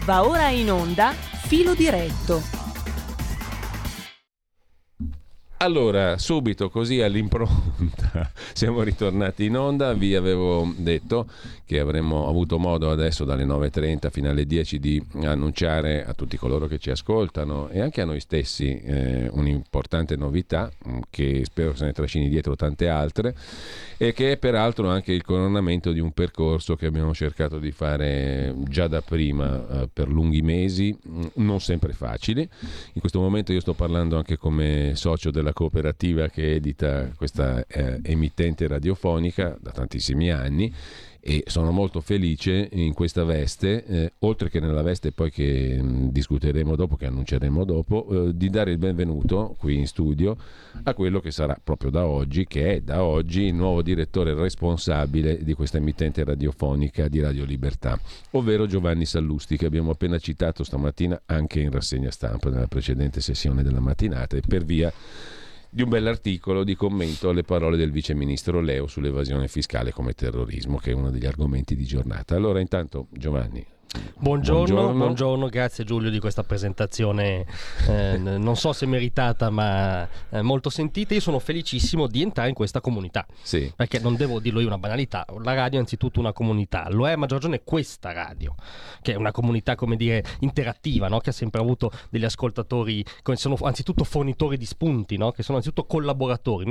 Va ora in onda Filo Diretto. Allora, subito così all'impronta siamo ritornati in onda. Vi avevo detto che avremmo avuto modo adesso dalle 9.30 fino alle 10 di annunciare a tutti coloro che ci ascoltano e anche a noi stessi un'importante novità che spero se ne trascini dietro tante altre, e che è peraltro anche il coronamento di un percorso che abbiamo cercato di fare già da prima per lunghi mesi, non sempre facili. In questo momento io sto parlando anche come socio della cooperativa che edita questa emittente radiofonica da tantissimi anni, e sono molto felice in questa veste, oltre che nella veste poi che discuteremo dopo, che annunceremo dopo, di dare il benvenuto qui in studio a quello che sarà proprio da oggi, che è da oggi il nuovo direttore responsabile di questa emittente radiofonica di Radio Libertà, ovvero Giovanni Sallusti, che abbiamo appena citato stamattina anche in rassegna stampa nella precedente sessione della mattinata, e per via di un bell'articolo di commento alle parole del vice ministro Leo sull'evasione fiscale come terrorismo, che è uno degli argomenti di giornata. Allora, intanto, Giovanni. Buongiorno, grazie Giulio di questa presentazione non so se meritata ma molto sentita. Io sono felicissimo di entrare in questa comunità, sì, perché non devo dirlo io una banalità, la radio è anzitutto una comunità, lo è a maggior ragione questa radio, che è una comunità, come dire, interattiva, no? Che ha sempre avuto degli ascoltatori che sono anzitutto fornitori di spunti, no? Che sono anzitutto collaboratori,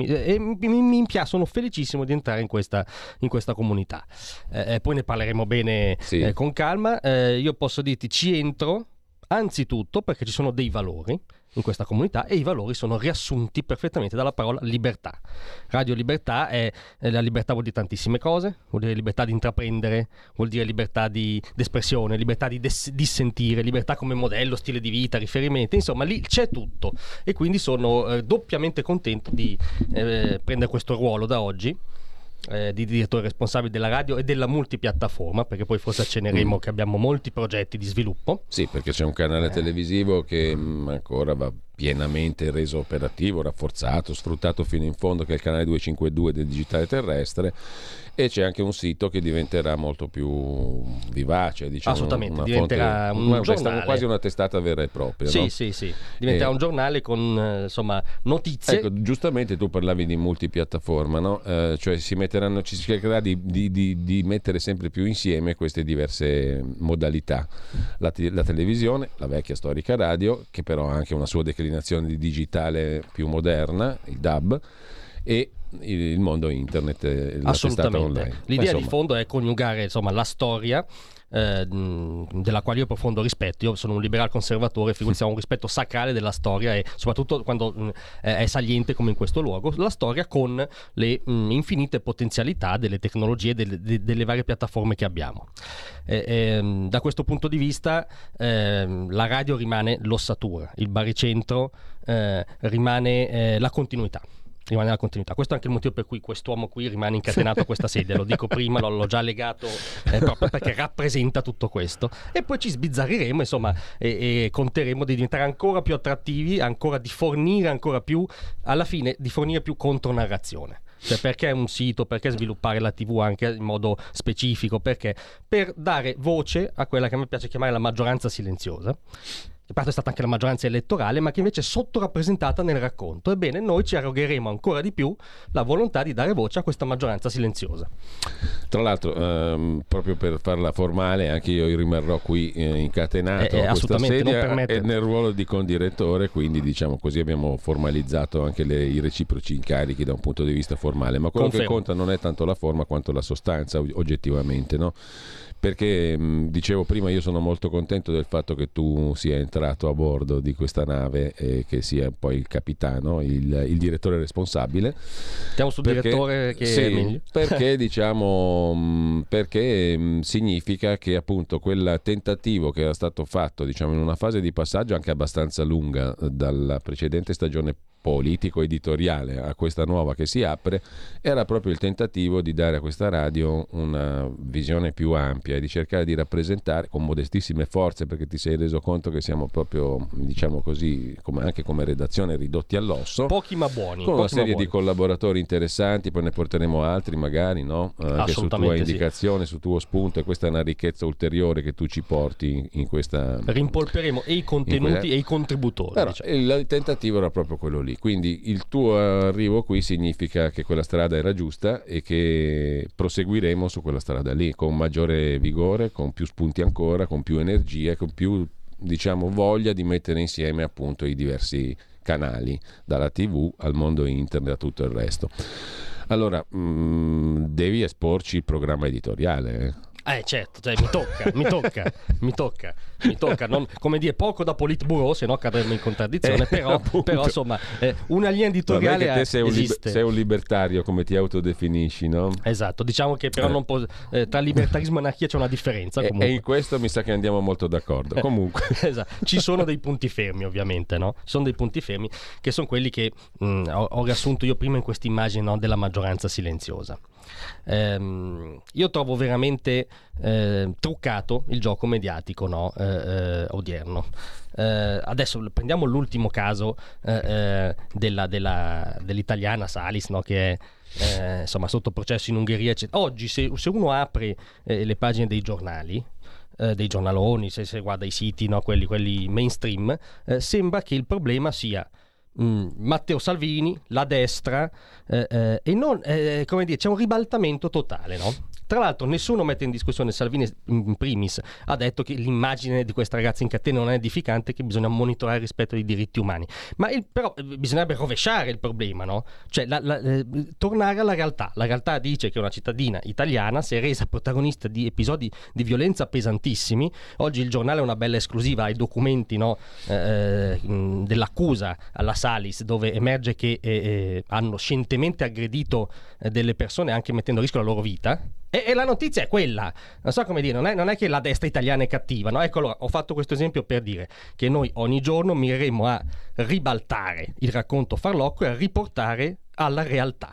sono felicissimo di entrare in questa comunità, poi ne parleremo bene, sì, con calma. Io posso dirti ci entro anzitutto perché ci sono dei valori in questa comunità, e i valori sono riassunti perfettamente dalla parola libertà. Radio Libertà la libertà vuol dire tantissime cose, vuol dire libertà di intraprendere, vuol dire libertà di espressione, libertà di dissentire, libertà come modello, stile di vita, riferimenti, insomma lì c'è tutto, e quindi sono doppiamente contento di prendere questo ruolo da oggi di direttore responsabile della radio e della multipiattaforma, perché poi forse accenneremo che abbiamo molti progetti di sviluppo. Sì, perché c'è un canale televisivo che ancora va pienamente reso operativo, rafforzato, sfruttato fino in fondo, che è il canale 252 del digitale terrestre, e c'è anche un sito che diventerà molto più vivace, diciamo. Assolutamente, diventerà un giornale, quasi una testata vera e propria, sì, no? sì, diventerà un giornale con insomma notizie. Ecco, giustamente tu parlavi di multipiattaforma, no? Cioè ci si cercherà di mettere sempre più insieme queste diverse modalità, la televisione, la vecchia storica radio, che però ha anche una sua declinazione di digitale più moderna, il DAB, e il mondo internet, la testata online. L'idea di fondo è coniugare, insomma, la storia della quale io ho profondo rispetto. Io sono un liberal conservatore, figurati, ho un rispetto sacrale della storia, e soprattutto quando è saliente come in questo luogo, la storia con le infinite potenzialità delle tecnologie, delle varie piattaforme che abbiamo. Da questo punto di vista la radio rimane l'ossatura, il baricentro, rimane la continuità. Questo è anche il motivo per cui quest'uomo qui rimane incatenato a questa sedia. Lo dico prima, l'ho già legato proprio perché rappresenta tutto questo. E poi ci sbizzarriremo, insomma, e conteremo di diventare ancora più attrattivi, ancora di fornire ancora più, alla fine di fornire più contonarrazione. Cioè, perché un sito, perché sviluppare la TV anche in modo specifico? Perché? Per dare voce a quella che a me piace chiamare la maggioranza silenziosa, che parte è stata anche la maggioranza elettorale, ma che invece è sottorappresentata nel racconto. Ebbene, noi ci arrogheremo ancora di più la volontà di dare voce a questa maggioranza silenziosa. Tra l'altro, proprio per farla formale, anche io rimarrò qui incatenato a questa sedia nel ruolo di condirettore, quindi diciamo così abbiamo formalizzato anche i reciproci incarichi da un punto di vista formale, ma quello che conta non è tanto la forma quanto la sostanza, oggettivamente, no? Perché dicevo prima, io sono molto contento del fatto che tu sia entrato a bordo di questa nave e che sia poi il capitano, il direttore responsabile. Stiamo sul direttore, che sì, è meglio. Perché diciamo, perché significa che appunto quel tentativo che era stato fatto, diciamo, in una fase di passaggio anche abbastanza lunga dalla precedente stagione politico-editoriale a questa nuova che si apre era proprio il tentativo di dare a questa radio una visione più ampia e di cercare di rappresentare con modestissime forze, perché ti sei reso conto che siamo proprio, diciamo così, anche come redazione ridotti all'osso, pochi ma buoni, con una serie di collaboratori interessanti, poi ne porteremo altri magari, no? Anche su tua indicazione, su tuo spunto, e questa è una ricchezza ulteriore che tu ci porti in questa... Rimpolperemo e i contenuti e i contributori. Però, il tentativo era proprio quello lì, quindi il tuo arrivo qui significa che quella strada era giusta e che proseguiremo su quella strada lì con maggiore vigore, con più spunti ancora, con più energia, con più, diciamo, voglia di mettere insieme appunto i diversi canali, dalla TV al mondo internet a tutto il resto. Allora, devi esporci il programma editoriale, certo, cioè, mi tocca, non, come dire, poco da Politburo, se no cadremo in contraddizione, però insomma, una linea editoriale te esiste. Sei un libertario, come ti autodefinisci, no? Esatto, diciamo che però non tra libertarismo e anarchia c'è una differenza comunque. E in questo mi sa che andiamo molto d'accordo. Comunque esatto. Ci sono dei punti fermi, ovviamente, no? Ci sono dei punti fermi che sono quelli che ho riassunto io prima in questa immagine, no, della maggioranza silenziosa. Io trovo veramente truccato il gioco mediatico, no? Odierno. Adesso prendiamo l'ultimo caso dell'italiana Salis, no? Che è insomma sotto processo in Ungheria, eccetera. Oggi se uno apre le pagine dei giornali, dei giornaloni, se guarda i siti, no? quelli mainstream, sembra che il problema sia Matteo Salvini, la destra, e non, come dire, c'è un ribaltamento totale, no? Tra l'altro nessuno mette in discussione, Salvini in primis ha detto che l'immagine di questa ragazza in catena non è edificante, che bisogna monitorare il rispetto dei diritti umani, ma però bisognerebbe rovesciare il problema, no? Cioè tornare alla realtà. La realtà dice che una cittadina italiana si è resa protagonista di episodi di violenza pesantissimi. Oggi il giornale è una bella esclusiva ai documenti, no? Dell'accusa alla Salis, dove emerge che hanno scientemente aggredito delle persone, anche mettendo a rischio la loro vita. E la notizia è quella, non so come dire, non è che la destra italiana è cattiva, no? Ecco, allora, ho fatto questo esempio per dire che noi ogni giorno mireremo a ribaltare il racconto farlocco e a riportare alla realtà,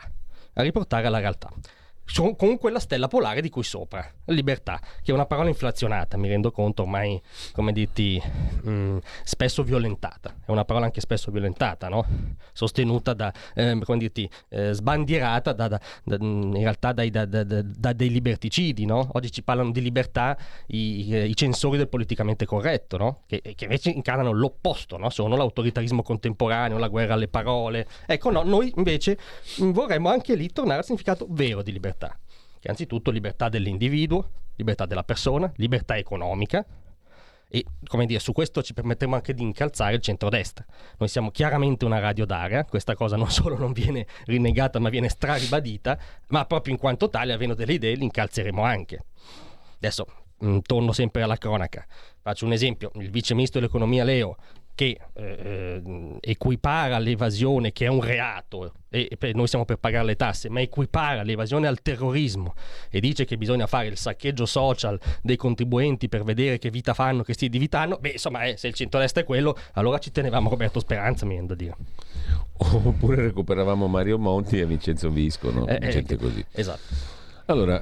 con quella stella polare di cui sopra, libertà, che è una parola inflazionata, mi rendo conto, ormai, come dirti, spesso violentata, è una parola anche spesso violentata, no? Sostenuta come dirti, sbandierata in realtà da dei liberticidi, no? Oggi ci parlano di libertà i censori del politicamente corretto, no? Che invece incarnano l'opposto, no? Sono l'autoritarismo contemporaneo, la guerra alle parole. Ecco, no, noi invece vorremmo anche lì tornare al significato vero di libertà, che è anzitutto libertà dell'individuo, libertà della persona, libertà economica. E, come dire, su questo ci permetteremo anche di incalzare il centrodestra. Noi siamo chiaramente una radio d'area, questa cosa non solo non viene rinnegata ma viene straribadita, ma proprio in quanto tale, avendo delle idee, li incalzeremo anche. Adesso torno sempre alla cronaca, faccio un esempio: il vice ministro dell'economia Leo, che equipara l'evasione, che è un reato, e noi siamo per pagare le tasse, ma equipara l'evasione al terrorismo e dice che bisogna fare il saccheggio social dei contribuenti per vedere che vita fanno, che stili di vita hanno. Beh, insomma, se il centrodestra è quello, allora ci tenevamo Roberto Speranza, mi viene da dire. Oppure recuperavamo Mario Monti e Vincenzo Visco, no? Gente così. Esatto. Allora,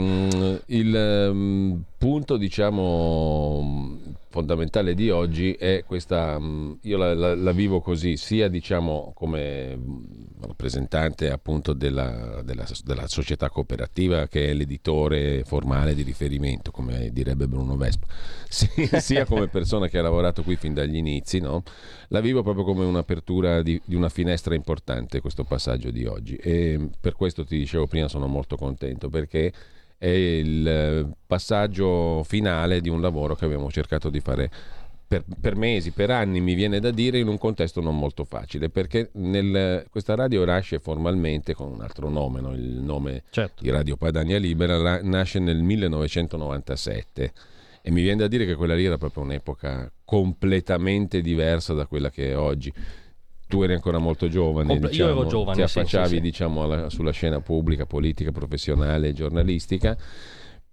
il punto, diciamo, fondamentale di oggi è questa, io la vivo così, sia, diciamo, come rappresentante appunto della società cooperativa, che è l'editore formale di riferimento, come direbbe Bruno Vespa, sia come persona che ha lavorato qui fin dagli inizi, no? La vivo proprio come un'apertura di una finestra importante, questo passaggio di oggi, e per questo ti dicevo prima, sono molto contento, perché è il passaggio finale di un lavoro che abbiamo cercato di fare per mesi, per anni, mi viene da dire, in un contesto non molto facile, perché questa radio nasce formalmente con un altro nome, no? Il nome, certo, di Radio Padania Libera nasce nel 1997, e mi viene da dire che quella lì era proprio un'epoca completamente diversa da quella che è oggi. Tu eri ancora molto giovane, diciamo, io ero giovane, ti affacciavi sì. Diciamo sulla scena pubblica, politica, professionale, giornalistica,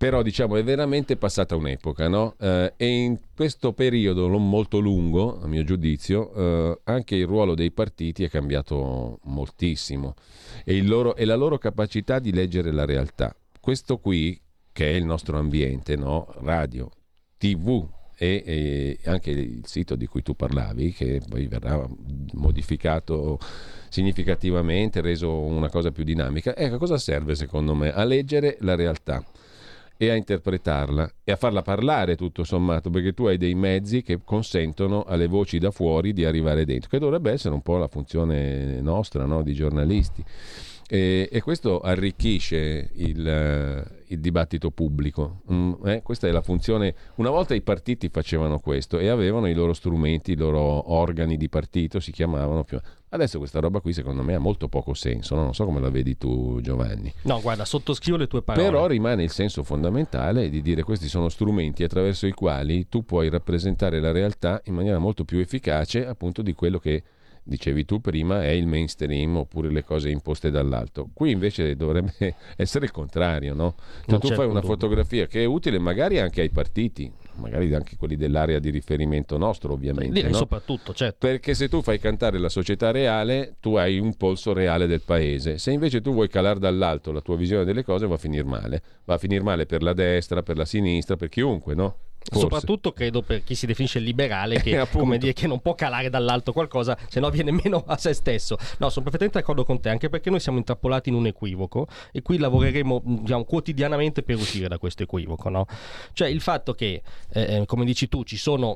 Però diciamo è veramente passata un'epoca, no? E in questo periodo non molto lungo, a mio giudizio, anche il ruolo dei partiti è cambiato moltissimo e la loro capacità di leggere la realtà. Questo qui, che è il nostro ambiente, no? Radio, TV e anche il sito di cui tu parlavi, che poi verrà modificato significativamente, reso una cosa più dinamica. Ecco, cosa serve secondo me? A leggere la realtà e a interpretarla e a farla parlare tutto sommato, perché tu hai dei mezzi che consentono alle voci da fuori di arrivare dentro, che dovrebbe essere un po' la funzione nostra, no? Di giornalisti. E questo arricchisce il dibattito pubblico. Questa è la funzione. Una volta i partiti facevano questo e avevano i loro strumenti, i loro organi di partito, si chiamavano più. Adesso questa roba qui secondo me ha molto poco senso, no? Non so come la vedi tu, Giovanni. No, guarda, sottoscrivo le tue parole. Però rimane il senso fondamentale di dire questi sono strumenti attraverso i quali tu puoi rappresentare la realtà in maniera molto più efficace, appunto, di quello che dicevi tu prima è il mainstream oppure le cose imposte dall'alto. Qui invece dovrebbe essere il contrario, no? Cioè, tu fai una fotografia che è utile magari anche ai partiti, magari anche quelli dell'area di riferimento nostro, ovviamente, no? Soprattutto, certo. Perché se tu fai cantare la società reale, tu hai un polso reale del paese. Se invece tu vuoi calare dall'alto la tua visione delle cose, va a finire male. Va a finire male per la destra, per la sinistra, per chiunque, no? Forse. Soprattutto credo per chi si definisce liberale, che come dire, che non può calare dall'alto qualcosa, se no viene meno a se stesso. No, sono perfettamente d'accordo con te, anche perché noi siamo intrappolati in un equivoco e qui lavoreremo, diciamo, quotidianamente per uscire da questo equivoco, no? Cioè il fatto che come dici tu ci sono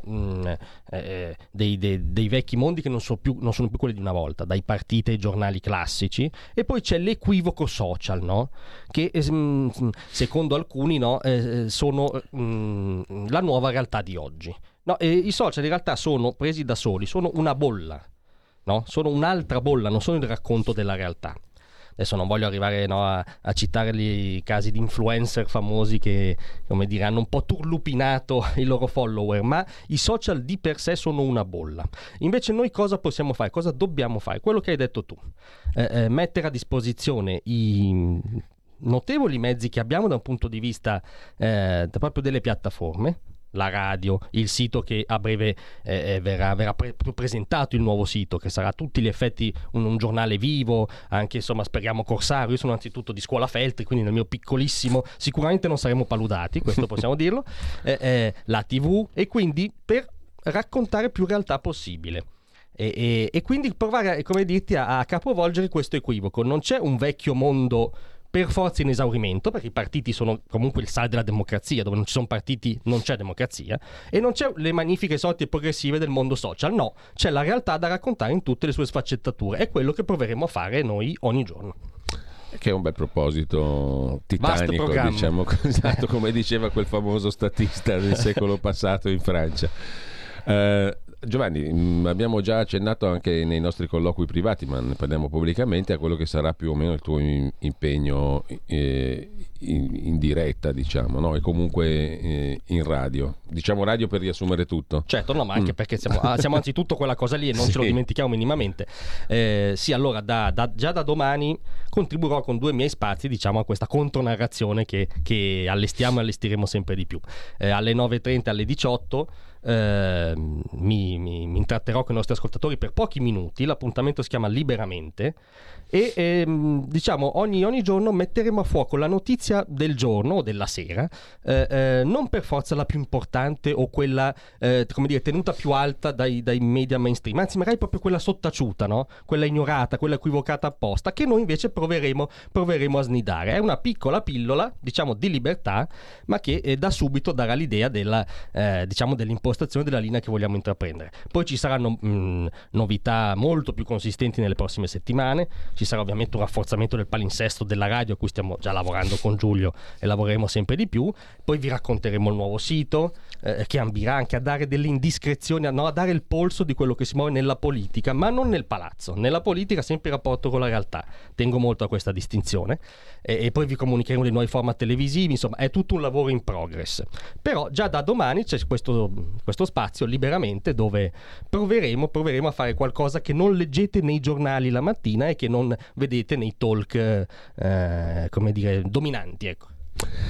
dei vecchi mondi che non sono più quelli di una volta, dai partiti ai giornali classici, e poi c'è l'equivoco social, no? Che secondo alcuni, no, sono la nuova realtà di oggi. No, i social in realtà sono presi da soli, sono una bolla, no? Sono un'altra bolla, non sono il racconto della realtà. Adesso non voglio arrivare, no, a citare i casi di influencer famosi che, come dire, hanno un po' turlupinato i loro follower, ma i social di per sé sono una bolla. Invece noi cosa possiamo fare? Cosa dobbiamo fare? Quello che hai detto tu, mettere a disposizione i notevoli mezzi che abbiamo da un punto di vista proprio delle piattaforme, la radio, il sito che a breve verrà presentato, il nuovo sito che sarà a tutti gli effetti un giornale vivo, anche insomma speriamo corsario. Io sono anzitutto di scuola Feltri, quindi nel mio piccolissimo sicuramente non saremo paludati, questo possiamo dirlo, la TV, e quindi per raccontare più realtà possibile. E quindi provare, come dirti, a capovolgere questo equivoco. Non c'è un vecchio mondo per forza in esaurimento, perché i partiti sono comunque il sale della democrazia, dove non ci sono partiti non c'è democrazia, e non c'è le magnifiche sorti progressive del mondo social, no, c'è la realtà da raccontare in tutte le sue sfaccettature, è quello che proveremo a fare noi ogni giorno. Che è un bel proposito titanico, diciamo, esatto, come diceva quel famoso statista del secolo passato in Francia. Giovanni, abbiamo già accennato anche nei nostri colloqui privati, ma ne parliamo pubblicamente, a quello che sarà più o meno il tuo impegno in diretta, diciamo, no? E comunque in radio. Diciamo radio per riassumere tutto. Certo, no, ma anche perché siamo anzitutto quella cosa lì e non ce lo dimentichiamo minimamente. Sì, allora già da domani contribuirò con 2 miei spazi, diciamo, a questa contronarrazione che allestiamo e allestiremo sempre di più. Alle 9.30 alle 18 mi intratterò con i nostri ascoltatori per pochi minuti. L'appuntamento si chiama Liberamente e diciamo ogni giorno metteremo a fuoco la notizia del giorno o della sera, non per forza la più importante o quella come dire, tenuta più alta dai media mainstream, anzi magari proprio quella sottaciuta, no? Quella ignorata, quella equivocata apposta, che noi invece proveremo a snidare. È una piccola pillola, diciamo, di libertà, ma che da subito darà l'idea della diciamo dell'impostazione della linea che vogliamo intraprendere. Poi ci saranno novità molto più consistenti nelle prossime settimane. Ci sarà ovviamente un rafforzamento del palinsesto della radio, a cui stiamo già lavorando con Giulio e lavoreremo sempre di più. Poi vi racconteremo il nuovo sito che ambirà anche a dare delle indiscrezioni, a dare il polso di quello che si muove nella politica, ma non nel palazzo. Nella politica sempre in rapporto con la realtà. Tengo molto a questa distinzione. E poi vi comunicheremo dei nuovi format televisivi, insomma è tutto un lavoro in progress. Però già da domani c'è questo spazio Liberamente, dove proveremo a fare qualcosa che non leggete nei giornali la mattina e che non vedete nei talk come dire dominanti, ecco.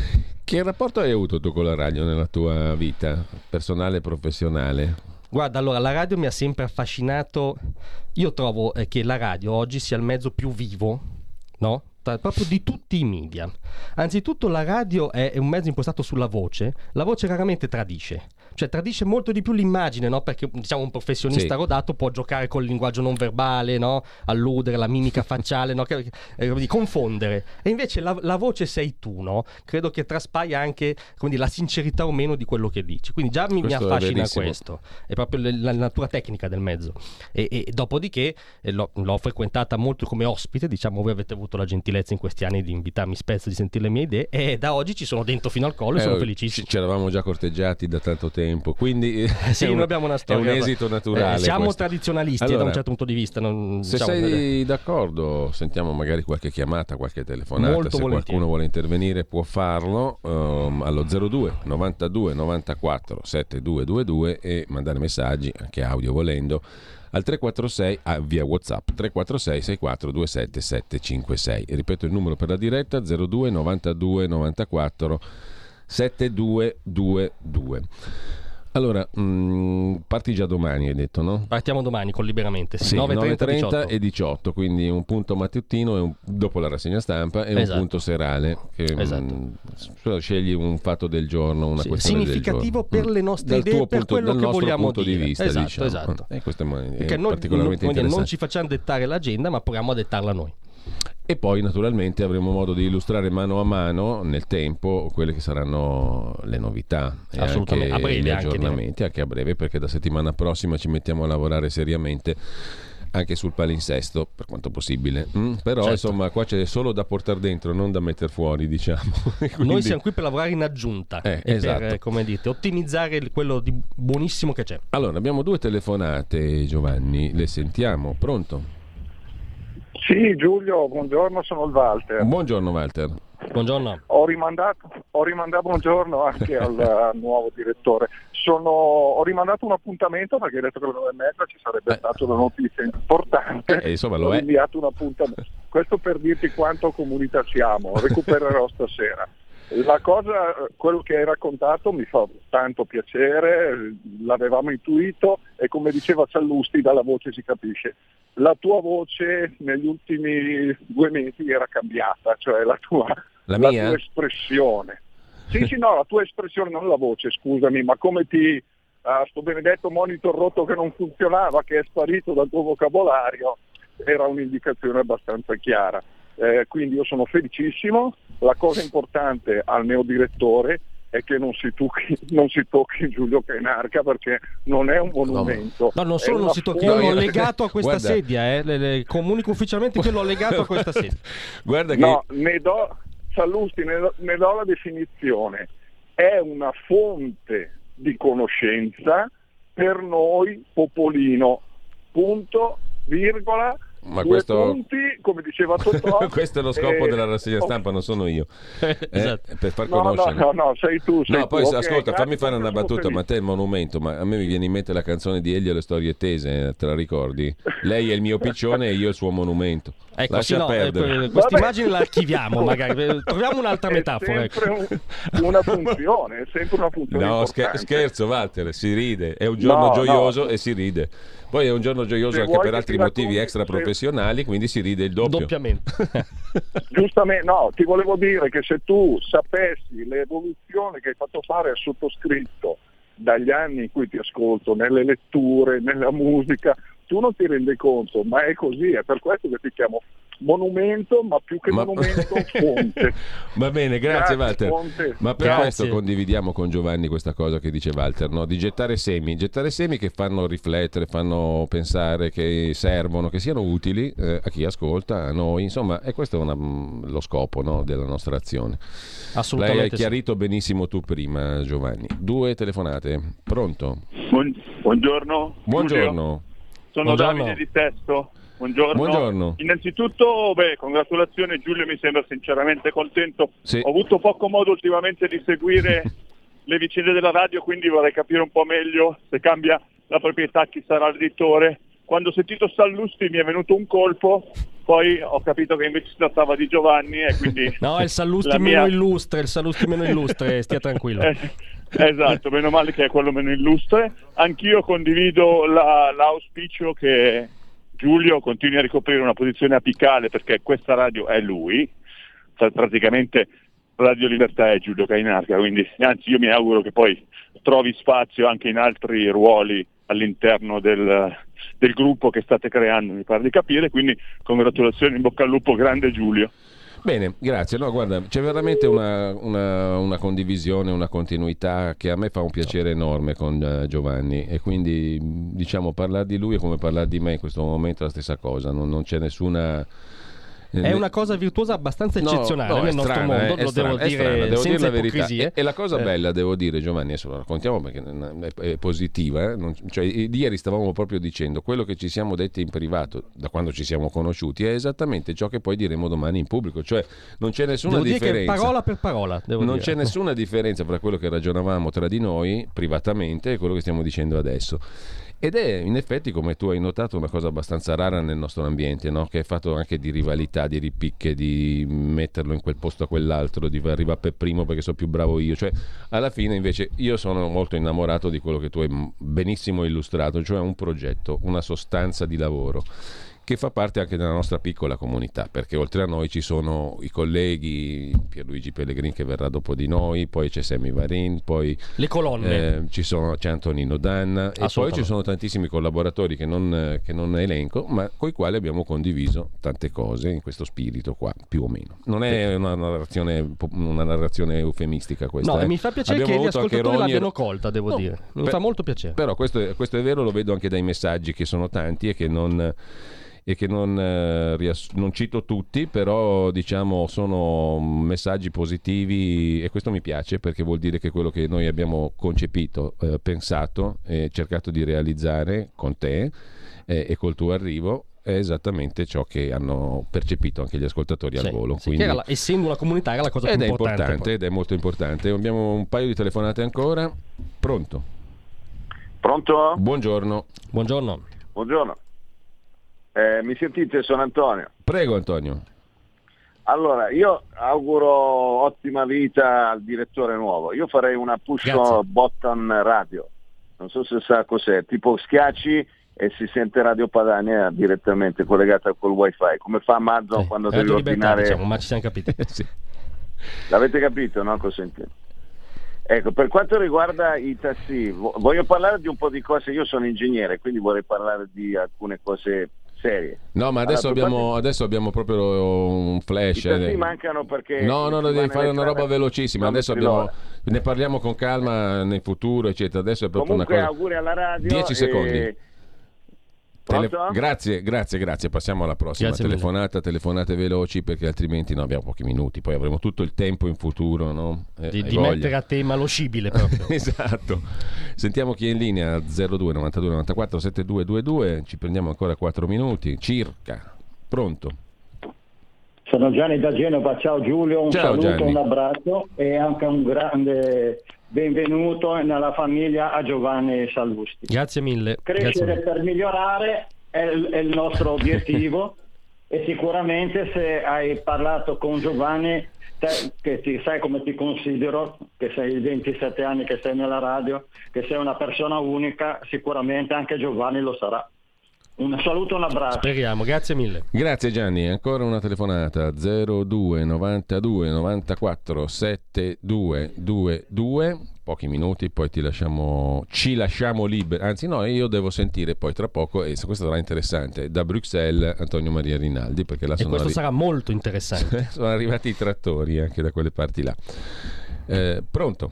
Che rapporto hai avuto tu con la radio nella tua vita personale e professionale? Guarda, allora, la radio mi ha sempre affascinato. Io trovo che la radio oggi sia il mezzo più vivo, no? Proprio di tutti i media. Anzitutto la radio è un mezzo impostato sulla voce. La voce raramente tradisce, cioè tradisce molto di più l'immagine, no? Perché diciamo un professionista rodato può giocare col linguaggio non verbale, no? Alludere, la mimica facciale, no? Confondere. E invece la voce sei tu, no? Credo che traspaia anche, come dire, la sincerità o meno di quello che dici. Quindi già mi affascina questo. È proprio la natura tecnica del mezzo. E dopodiché l'ho frequentata molto come ospite, diciamo. Voi avete avuto la gentilezza in questi anni di invitarmi spesso, di sentire le mie idee, e da oggi ci sono dentro fino al collo e sono felicissimo. Ci eravamo già corteggiati da tanto tempo, quindi sì, noi abbiamo una storia, è un esito naturale. Siamo questo. tradizionalisti, Allora, da un certo punto di vista. Se sei d'accordo, sentiamo magari qualche chiamata, qualche telefonata. Molto se volentieri. Qualcuno vuole intervenire può farlo allo 02 92 94 7222 e mandare messaggi, anche audio volendo, al 346 via WhatsApp 346 64 27 756. Ripeto il numero per la diretta: 02 92 94 7222. Allora, parti già domani, hai detto, no? Partiamo domani con Liberamente, sì, 9:30 e 18, quindi un punto mattutino dopo la rassegna stampa e un punto serale. Scegli un fatto del giorno, una questione significativo del giorno. per le nostre idee, per quello che vogliamo punto dire. Di vista, esatto. E questo è perché noi particolarmente interessante. non ci facciamo dettare l'agenda, ma proviamo a dettarla noi. E poi naturalmente avremo modo di illustrare mano a mano nel tempo quelle che saranno le novità e anche a breve, gli aggiornamenti, anche a breve, perché da settimana prossima ci mettiamo a lavorare seriamente anche sul palinsesto per quanto possibile. Però certo. Insomma qua c'è solo da portare dentro, non da mettere fuori, diciamo. Quindi... Noi siamo qui per lavorare in aggiunta e esatto. per, come dite, ottimizzare quello di buonissimo che c'è. Allora, abbiamo 2 telefonate, Giovanni, le sentiamo. Pronto? Sì, Giulio, buongiorno, sono il Walter. Buongiorno Walter. Buongiorno. Ho rimandato buongiorno anche al nuovo direttore. Ho rimandato un appuntamento perché hai detto che alle 9:30 ci sarebbe stata una notizia importante. Insomma, ho inviato un appuntamento. Questo per dirti quanto comunità siamo. Recupererò stasera. La cosa, quello che hai raccontato mi fa tanto piacere, l'avevamo intuito e come diceva Sallusti dalla voce si capisce. La tua voce negli ultimi 2 mesi era cambiata, cioè la tua espressione. Sì, no, la tua espressione, non la voce, scusami, ma come sto benedetto monitor rotto che non funzionava, che è sparito dal tuo vocabolario, era un'indicazione abbastanza chiara. Quindi io sono felicissimo. La cosa importante al neodirettore è che non si tocchi Giulio Cainarca, perché non è un monumento. No, non solo non si tocchi, io l'ho legato a questa sedia, comunico ufficialmente che l'ho legato a questa sedia. Guarda che... No, Sallusti, ne do la definizione. È una fonte di conoscenza per noi popolino. Punto, virgola. Ma 2 questo... punti, come diceva Totò. Questo è lo scopo della rassegna stampa, non sono io. Esatto. Per far conoscere. No, sei tu. Poi tu. Ascolta, fammi fare una battuta, felice. ma te è il monumento, ma a me mi viene in mente la canzone di Elio e le storie tese, te la ricordi? Lei è il mio piccione e io il suo monumento. Ecco, Lascia perdere. Questa immagine la archiviamo, magari troviamo un'altra metafora. È sempre una funzione, è sempre una funzione. No, scherzo, Walter, si ride, è un giorno gioioso e si ride. Poi è un giorno gioioso anche per altri motivi extra professionali, quindi si ride il doppio. Doppiamente. Giustamente, no, ti volevo dire che se tu sapessi l'evoluzione che hai fatto fare al sottoscritto dagli anni in cui ti ascolto, nelle letture, nella musica, tu non ti rendi conto, ma è così, è per questo che ti chiamo monumento, ma più che monumento, fonte. Va bene, grazie Walter. Fonte. Ma per questo condividiamo con Giovanni questa cosa che dice Walter, no? Di gettare semi che fanno riflettere, fanno pensare, che servono, che siano utili a chi ascolta, a noi, insomma, e questo è lo scopo, no, della nostra azione. Assolutamente. Lei hai chiarito benissimo tu prima, Giovanni. 2 telefonate, pronto? Buongiorno. Buongiorno. Sono Davide di Testo. Buongiorno. Innanzitutto, congratulazioni Giulio, mi sembra sinceramente contento. Sì. Ho avuto poco modo ultimamente di seguire le vicende della radio, quindi vorrei capire un po' meglio se cambia la proprietà chi sarà il direttore. Quando ho sentito Sallusti mi è venuto un colpo poi ho capito che invece si trattava di Giovanni e quindi... No, è il Sallusti meno illustre, stia tranquillo. Esatto, meno male che è quello meno illustre. Anch'io condivido l'auspicio che Giulio continui a ricoprire una posizione apicale, perché questa radio è lui, praticamente Radio Libertà è Giulio Cainarca, quindi anzi io mi auguro che poi trovi spazio anche in altri ruoli all'interno del gruppo che state creando, mi pare di capire, quindi congratulazioni, in bocca al lupo, grande Giulio. Bene, grazie. No, guarda, c'è veramente una condivisione, una continuità che a me fa un piacere enorme con Giovanni, e quindi diciamo parlare di lui è come parlare di me in questo momento, è la stessa cosa, non c'è nessuna... È una cosa virtuosa abbanciosa eccezionale nel nostro mondo, lo devo dire devo senza dire la verità. E la cosa bella, bella, devo dire, Giovanni, adesso lo raccontiamo perché è positiva, cioè, ieri stavamo proprio dicendo quello che ci siamo detti in privato da quando ci siamo conosciuti è esattamente ciò che poi diremo domani in pubblico, cioè non c'è nessuna differenza. Dire che parola per parola, non c'è nessuna differenza tra quello che ragionavamo tra di noi privatamente e quello che stiamo dicendo adesso. Ed è in effetti, come tu hai notato, una cosa abbastanza rara nel nostro ambiente, no? Che è fatto anche di rivalità, di ripicche, di metterlo in quel posto a quell'altro, di arrivare per primo perché sono più bravo io. Cioè, alla fine invece io sono molto innamorato di quello che tu hai benissimo illustrato, cioè un progetto, una sostanza di lavoro che fa parte anche della nostra piccola comunità, perché oltre a noi ci sono i colleghi, Pierluigi Pellegrin che verrà dopo di noi, poi c'è Sammy Varin, poi le colonne, c'è Antonino Danna e poi ci sono tantissimi collaboratori che non elenco, ma con i quali abbiamo condiviso tante cose in questo spirito qua, più o meno. Non è una narrazione eufemistica questa. No, mi fa piacere che gli ascoltatori l'abbiano colta, devo dire. Mi fa molto piacere. Però questo è vero, lo vedo anche dai messaggi che sono tanti e che non cito tutti, però diciamo sono messaggi positivi, e questo mi piace perché vuol dire che quello che noi abbiamo concepito, pensato e cercato di realizzare con te e col tuo arrivo è esattamente ciò che hanno percepito anche gli ascoltatori al volo. Quindi... che essendo una comunità era la cosa più importante. Ed è molto importante. Abbiamo un paio di telefonate ancora. Pronto? Buongiorno. Mi sentite? Sono Antonio. Prego Antonio. Allora, io auguro ottima vita al direttore nuovo. Io farei una push button radio. Non so se sa cos'è, tipo schiacci e si sente Radio Padania direttamente collegata col wifi, come fa Amazon quando devi ordinare. Diciamo, ma ci siamo capiti. Sì. L'avete capito, no? Cosa intendo? Ecco, per quanto riguarda i tassi, voglio parlare di un po' di cose. Io sono ingegnere, quindi vorrei parlare di alcune cose serie. No, ma adesso abbiamo proprio un flash. I tassi mancano perché... No, devi fare una roba velocissima. Adesso ne parliamo con calma nel futuro, eccetera. Adesso è proprio comunque una cosa... auguri alla radio. 10 secondi. Pronto? Grazie. Passiamo alla prossima telefonate veloci, perché altrimenti abbiamo pochi minuti, poi avremo tutto il tempo in futuro, no? Di mettere a tema lo scibile proprio. Esatto. Sentiamo chi è in linea. 02 92 94 7222. Ci prendiamo ancora 4 minuti circa. Pronto? Sono Gianni da Genova. Ciao Giulio, un saluto, Gianni. Un abbraccio e anche un grande benvenuto nella famiglia a Giovanni Sallusti. Grazie mille. Crescere per migliorare è il nostro obiettivo e sicuramente se hai parlato con Giovanni, che sai come ti considero, che sei 27 anni che sei nella radio, che sei una persona unica, sicuramente anche Giovanni lo sarà. Un saluto, un abbraccio. Speriamo, grazie mille. Grazie Gianni, ancora una telefonata. 02 92 94 7222. Pochi minuti, poi ci lasciamo liberi. Anzi no, io devo sentire poi tra poco, e questo sarà interessante, da Bruxelles Antonio Maria Rinaldi, perché là questo sarà molto interessante. Sono arrivati i trattori anche da quelle parti là. Pronto,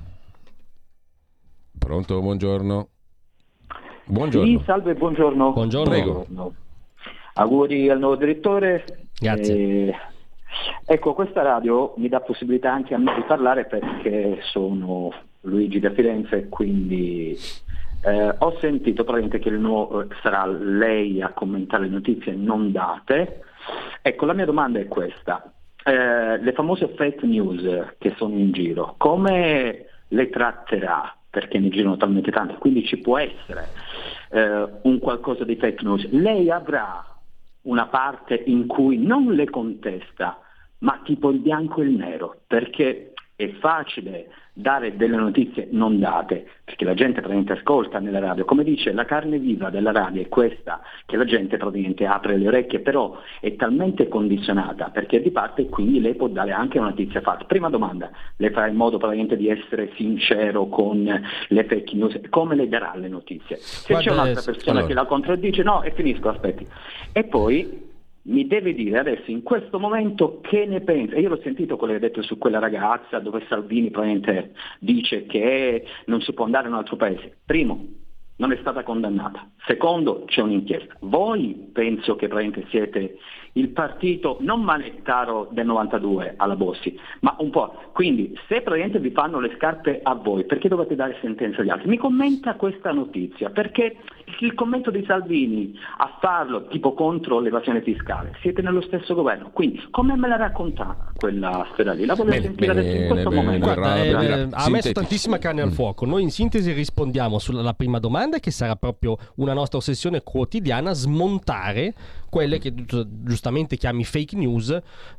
buongiorno. Sì, salve, buongiorno. Prego. Auguri al nuovo direttore. Grazie. Ecco, questa radio mi dà possibilità anche a me di parlare perché sono Luigi da Firenze, quindi ho sentito praticamente che sarà lei a commentare le notizie non date. Ecco, la mia domanda è questa. Le famose fake news che sono in giro, come le tratterà? Perché ne girano talmente tante, quindi ci può essere un qualcosa di fake news. Lei avrà una parte in cui non le contesta, ma tipo il bianco e il nero, perché è facile dare delle notizie non date, perché la gente praticamente ascolta nella radio, come dice, la carne viva della radio è questa, che la gente praticamente apre le orecchie, però è talmente condizionata perché è di parte, e quindi lei può dare anche una notizia falsa. Prima domanda, lei farà in modo praticamente di essere sincero con le fake news, come le darà le notizie? Se c'è un'altra persona che la contraddice, no, e finisco, aspetti. E poi mi deve dire adesso in questo momento che ne pensa. Io l'ho sentito quello che ha detto su quella ragazza dove Salvini probabilmente dice che non si può andare in un altro paese. Primo, non è stata condannata. Secondo, c'è un'inchiesta. Voi penso che probabilmente siete il partito non manettaro del 92 alla Bossi, ma un po'. Quindi se praticamente vi fanno le scarpe a voi, perché dovete dare sentenza agli altri? Mi commenta questa notizia, perché il commento di Salvini a farlo tipo contro l'evasione fiscale, siete nello stesso governo, quindi come me la raccontata quella storia lì? La voglio sentire adesso in questo momento. Guarda, ha messo tantissima carne al fuoco. Noi in sintesi rispondiamo sulla prima domanda, che sarà proprio una nostra ossessione quotidiana, smontare quelle che giustamente chiami fake news,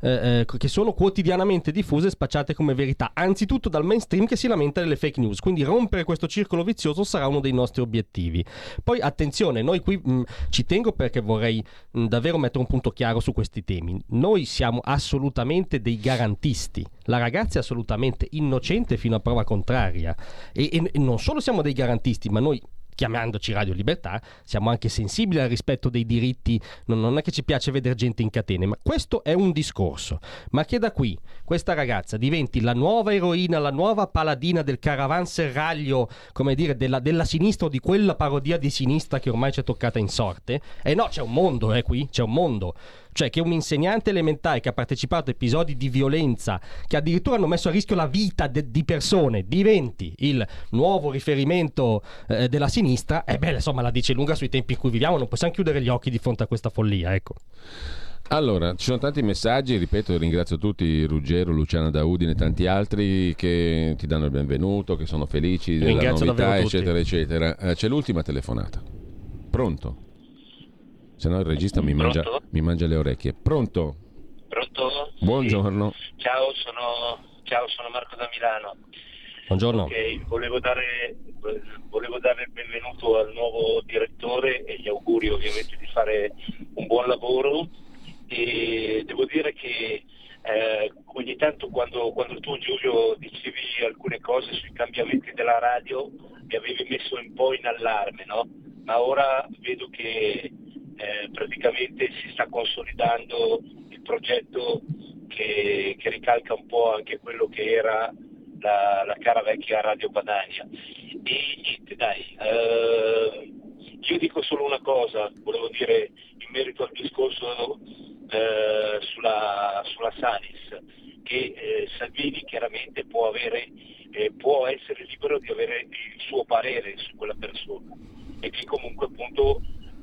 che sono quotidianamente diffuse e spacciate come verità, anzitutto dal mainstream che si lamenta delle fake news. Quindi rompere questo circolo vizioso sarà uno dei nostri obiettivi. Poi attenzione, noi qui ci tengo perché vorrei davvero mettere un punto chiaro su questi temi. Noi siamo assolutamente dei garantisti. La ragazza è assolutamente innocente fino a prova contraria, e non solo siamo dei garantisti, ma noi, chiamandoci Radio Libertà, siamo anche sensibili al rispetto dei diritti. Non è che ci piace vedere gente in catene, ma questo è un discorso. Ma che da qui questa ragazza diventi la nuova eroina, la nuova paladina del caravanserraglio, come dire, della sinistra, o di quella parodia di sinistra che ormai ci è toccata in sorte, no, c'è un mondo, qui c'è un mondo. Cioè che un insegnante elementare che ha partecipato a episodi di violenza che addirittura hanno messo a rischio la vita di persone diventi il nuovo riferimento della sinistra, insomma la dice lunga sui tempi in cui viviamo. Non possiamo chiudere gli occhi di fronte a questa follia, ecco. Allora, ci sono tanti messaggi, ripeto, ringrazio tutti, Ruggero, Luciana da Udine e tanti altri che ti danno il benvenuto, che sono felici della ringrazio novità, eccetera, eccetera. C'è l'ultima telefonata. Pronto? Se no il regista mi mangia le orecchie. Pronto? Pronto? Buongiorno. Sì. Ciao, sono Marco da Milano. Buongiorno. Ok, volevo dare il benvenuto al nuovo direttore e gli auguri ovviamente di fare un buon lavoro, e devo dire che ogni tanto quando tu, Giulio, dicevi alcune cose sui cambiamenti della radio mi avevi messo un po' in allarme, no? Ma ora vedo che praticamente si sta consolidando il progetto che ricalca un po' anche quello che era la cara vecchia Radio Padania. E niente, dai, io dico solo una cosa, volevo dire in merito al discorso sulla Salis, che Salvini chiaramente può essere libero di avere il suo parere su quella persona, e che comunque appunto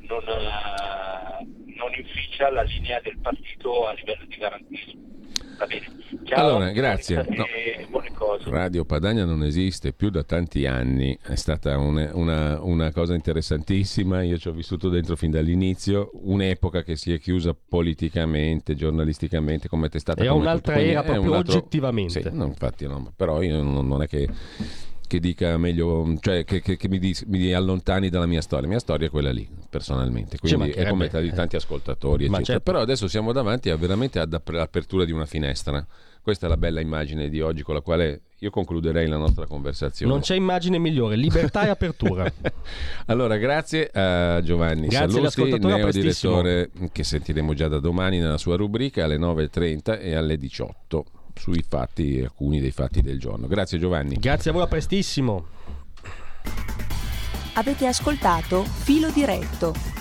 non inficia la linea del partito a livello di garantismo. Va bene. Ciao, allora, grazie. Buone cose. Radio Padania non esiste più da tanti anni, è stata una cosa interessantissima, io ci ho vissuto dentro fin dall'inizio, un'epoca che si è chiusa politicamente, giornalisticamente, come testata. Era un'altra era proprio oggettivamente. Sì, no, infatti no, però io non è che dica meglio, cioè che mi allontani dalla mia storia. La mia storia è quella lì, personalmente, quindi è come di tanti ascoltatori, eccetera. Certo. Però adesso siamo davanti veramente all'apertura di una finestra. Questa è la bella immagine di oggi con la quale io concluderei la nostra conversazione. Non c'è immagine migliore, libertà e apertura. Allora, grazie a Giovanni Sallusti, neodirettore, che sentiremo già da domani nella sua rubrica alle 9.30 e alle 18 sui fatti, alcuni dei fatti del giorno. Grazie Giovanni. Grazie a voi, a prestissimo. Avete ascoltato Filo Diretto.